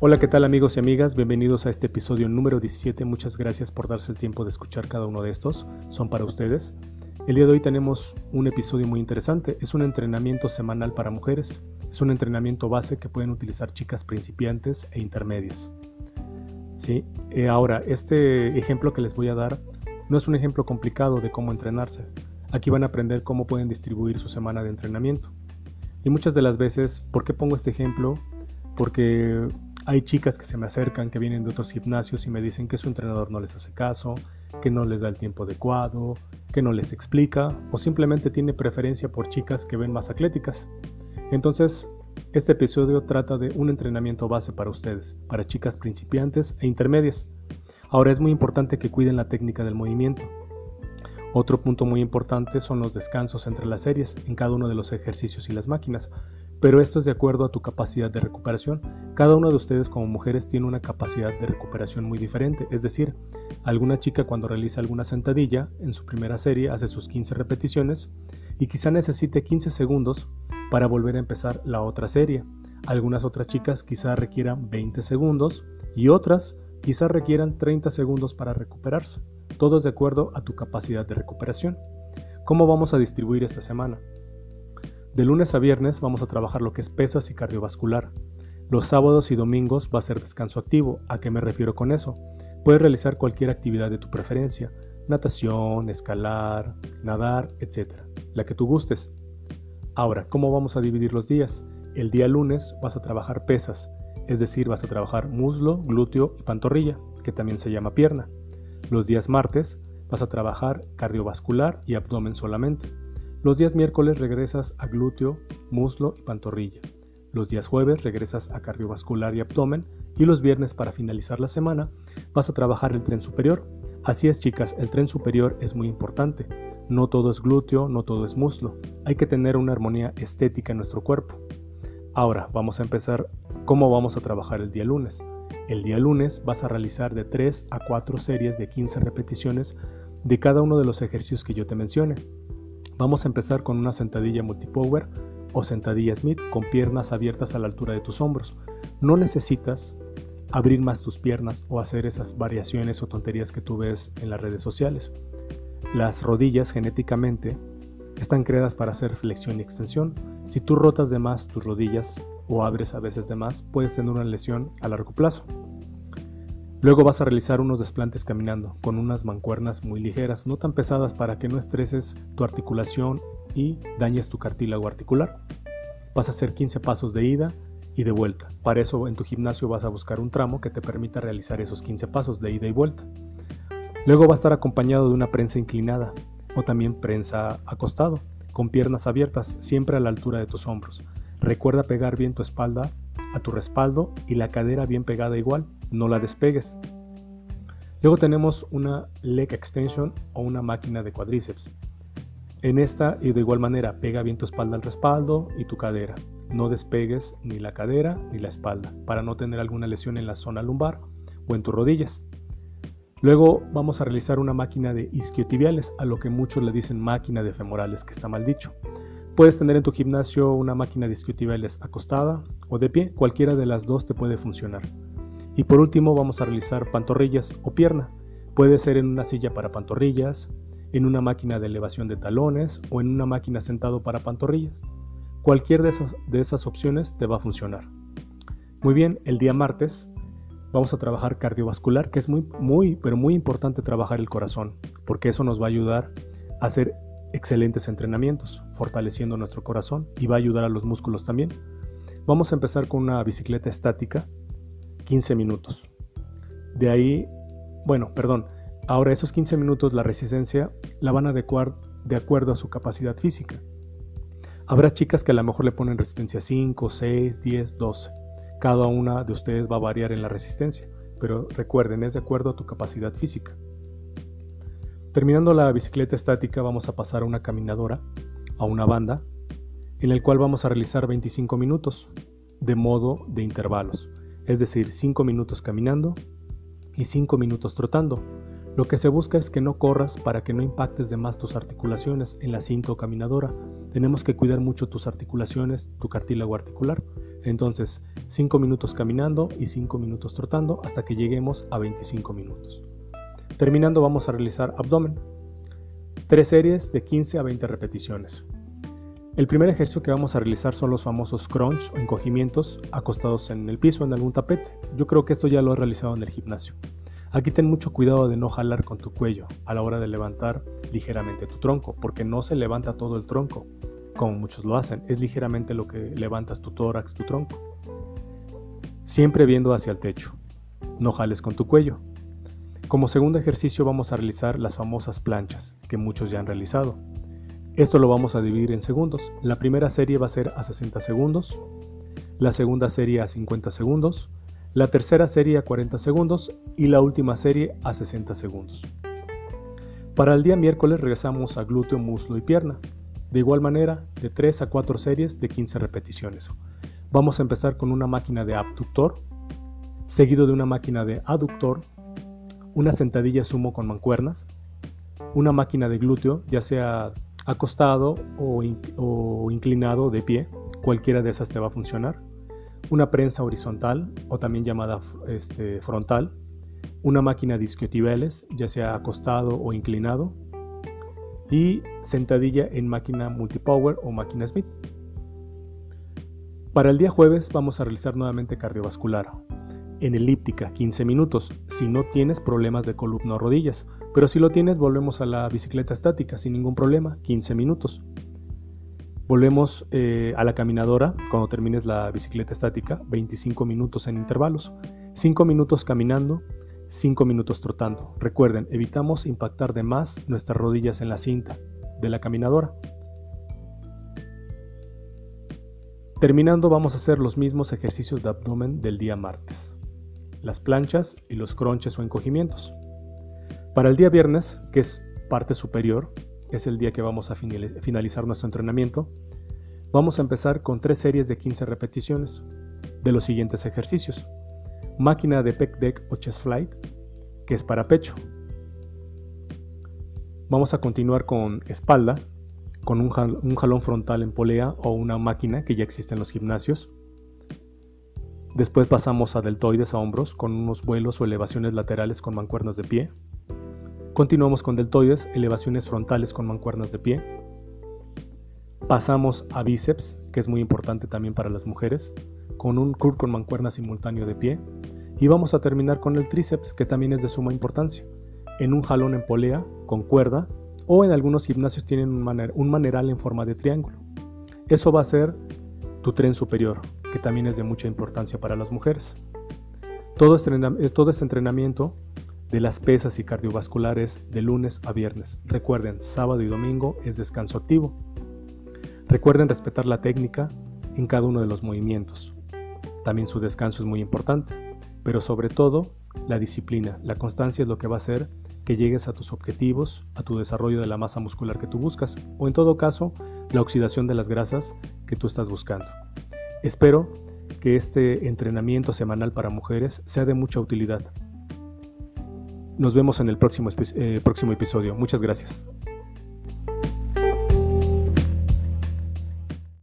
Hola, ¿qué tal amigos y amigas? Bienvenidos a este episodio número 17. Muchas gracias por darse el tiempo de escuchar cada uno de estos. Son para ustedes. El día de hoy tenemos un episodio muy interesante. Es un entrenamiento semanal para mujeres. Es un entrenamiento base que pueden utilizar chicas principiantes e intermedias. ¿Sí? Ahora, este ejemplo que les voy a dar no es un ejemplo complicado de cómo entrenarse. Aquí van a aprender cómo pueden distribuir su semana de entrenamiento. Y muchas de las veces, ¿por qué pongo este ejemplo? Porque hay chicas que se me acercan, que vienen de otros gimnasios y me dicen que su entrenador no les hace caso, que no les da el tiempo adecuado, que no les explica o simplemente tiene preferencia por chicas que ven más atléticas. Entonces, este episodio trata de un entrenamiento base para ustedes, para chicas principiantes e intermedias. Ahora es muy importante que cuiden la técnica del movimiento. Otro punto muy importante son los descansos entre las series en cada uno de los ejercicios y las máquinas. Pero esto es de acuerdo a tu capacidad de recuperación. Cada una de ustedes como mujeres tiene una capacidad de recuperación muy diferente. Es decir, alguna chica cuando realiza alguna sentadilla en su primera serie hace sus 15 repeticiones y quizá necesite 15 segundos para volver a empezar la otra serie. Algunas otras chicas quizá requieran 20 segundos y otras quizá requieran 30 segundos para recuperarse. Todo es de acuerdo a tu capacidad de recuperación. ¿Cómo vamos a distribuir esta semana? De lunes a viernes vamos a trabajar lo que es pesas y cardiovascular. Los sábados y domingos va a ser descanso activo. ¿A qué me refiero con eso? Puedes realizar cualquier actividad de tu preferencia, natación, escalar, nadar, etc. La que tú gustes. Ahora, ¿cómo vamos a dividir los días? El día lunes vas a trabajar pesas, es decir, vas a trabajar muslo, glúteo y pantorrilla, que también se llama pierna. Los días martes vas a trabajar cardiovascular y abdomen solamente. Los días miércoles regresas a glúteo, muslo y pantorrilla. Los días jueves regresas a cardiovascular y abdomen. Y los viernes, para finalizar la semana, vas a trabajar el tren superior. Así es, chicas, el tren superior es muy importante. No todo es glúteo, no todo es muslo. Hay que tener una armonía estética en nuestro cuerpo. Ahora, vamos a empezar cómo vamos a trabajar el día lunes. El día lunes vas a realizar de 3 a 4 series de 15 repeticiones de cada uno de los ejercicios que yo te mencione. Vamos a empezar con una sentadilla multipower o sentadilla Smith con piernas abiertas a la altura de tus hombros. No necesitas abrir más tus piernas o hacer esas variaciones o tonterías que tú ves en las redes sociales. Las rodillas genéticamente están creadas para hacer flexión y extensión. Si tú rotas de más tus rodillas o abres a veces de más, puedes tener una lesión a largo plazo. Luego vas a realizar unos desplantes caminando con unas mancuernas muy ligeras, no tan pesadas para que no estreses tu articulación y dañes tu cartílago articular. Vas a hacer 15 pasos de ida y de vuelta. Para eso en tu gimnasio vas a buscar un tramo que te permita realizar esos 15 pasos de ida y vuelta. Luego va a estar acompañado de una prensa inclinada o también prensa acostado, con piernas abiertas, siempre a la altura de tus hombros. Recuerda pegar bien tu espalda a tu respaldo y la cadera bien pegada igual, no la despegues. Luego tenemos una leg extension o una máquina de cuádriceps. En esta y de igual manera pega bien tu espalda al respaldo y tu cadera. No despegues ni la cadera ni la espalda para no tener alguna lesión en la zona lumbar o en tus rodillas. Luego vamos a realizar una máquina de isquiotibiales, a lo que muchos le dicen máquina de femorales, que está mal dicho. Puedes tener en tu gimnasio una máquina de isquiotibiales acostada o de pie, cualquiera de las dos te puede funcionar. Y por último vamos a realizar pantorrillas o pierna. Puede ser en una silla para pantorrillas, en una máquina de elevación de talones o en una máquina sentado para pantorrillas. Cualquier de esas opciones te va a funcionar. Muy bien, el día martes vamos a trabajar cardiovascular, que es muy importante trabajar el corazón, porque eso nos va a ayudar a hacer excelentes entrenamientos, fortaleciendo nuestro corazón y va a ayudar a los músculos también. Vamos a empezar con una bicicleta estática, 15 minutos. De ahí, ahora esos 15 minutos la resistencia la van a adecuar de acuerdo a su capacidad física. Habrá chicas que a lo mejor le ponen resistencia 5, 6, 10, 12. Cada una de ustedes va a variar en la resistencia, pero recuerden, es de acuerdo a tu capacidad física. Terminando la bicicleta estática vamos a pasar a una caminadora, a una banda, en el cual vamos a realizar 25 minutos de modo de intervalos, es decir, 5 minutos caminando y 5 minutos trotando. Lo que se busca es que no corras para que no impactes de más tus articulaciones en la cinta o caminadora. Tenemos que cuidar mucho tus articulaciones, tu cartílago articular. Entonces, 5 minutos caminando y 5 minutos trotando hasta que lleguemos a 25 minutos. Terminando, vamos a realizar abdomen. 3 series de 15 a 20 repeticiones. El primer ejercicio que vamos a realizar son los famosos crunch o encogimientos acostados en el piso en algún tapete. Yo creo que esto ya lo he realizado en el gimnasio. Aquí ten mucho cuidado de no jalar con tu cuello a la hora de levantar ligeramente tu tronco, porque no se levanta todo el tronco, como muchos lo hacen, es ligeramente lo que levantas tu tórax, tu tronco. Siempre viendo hacia el techo, no jales con tu cuello. Como segundo ejercicio vamos a realizar las famosas planchas, que muchos ya han realizado. Esto lo vamos a dividir en segundos. La primera serie va a ser a 60 segundos, la segunda serie a 50 segundos, la tercera serie a 40 segundos y la última serie a 60 segundos. Para el día miércoles regresamos a glúteo, muslo y pierna. De igual manera, de 3 a 4 series de 15 repeticiones. Vamos a empezar con una máquina de abductor, seguido de una máquina de aductor, una sentadilla sumo con mancuernas, una máquina de glúteo, ya sea acostado o inclinado de pie, cualquiera de esas te va a funcionar, una prensa horizontal o también llamada frontal, una máquina de isquiotibiales, ya sea acostado o inclinado, y sentadilla en máquina multipower o máquina Smith. Para el día jueves vamos a realizar nuevamente cardiovascular en elíptica 15 minutos si no tienes problemas de columna o rodillas, pero si lo tienes volvemos a la bicicleta estática sin ningún problema, 15 minutos. Volvemos a la caminadora cuando termines la bicicleta estática, 25 minutos en intervalos, 5 minutos caminando, 5 minutos trotando. Recuerden, evitamos impactar de más nuestras rodillas en la cinta de la caminadora. Terminando vamos a hacer los mismos ejercicios de abdomen del día martes, las planchas y los crunches o encogimientos. Para el día viernes, que es parte superior, es el día que vamos a finalizar nuestro entrenamiento, vamos a empezar con 3 series de 15 repeticiones de los siguientes ejercicios. Máquina de pec deck o chest flight, que es para pecho. Vamos a continuar con espalda, con un jalón frontal en polea o una máquina que ya existe en los gimnasios. Después pasamos a deltoides a hombros con unos vuelos o elevaciones laterales con mancuernas de pie. Continuamos con deltoides, elevaciones frontales con mancuernas de pie. Pasamos a bíceps, que es muy importante también para las mujeres, con un curl con mancuerna simultáneo de pie. Y vamos a terminar con el tríceps, que también es de suma importancia, en un jalón en polea, con cuerda, o en algunos gimnasios tienen un maneral en forma de triángulo. Eso va a ser tu tren superior, que también es de mucha importancia para las mujeres. Todo este entrenamiento de las pesas y cardiovasculares de lunes a viernes. Recuerden, sábado y domingo es descanso activo. Recuerden respetar la técnica en cada uno de los movimientos. También su descanso es muy importante, pero sobre todo la disciplina, la constancia es lo que va a hacer que llegues a tus objetivos, a tu desarrollo de la masa muscular que tú buscas, o en todo caso, la oxidación de las grasas que tú estás buscando. Espero que este entrenamiento semanal para mujeres sea de mucha utilidad. Nos vemos en el próximo episodio. Muchas gracias.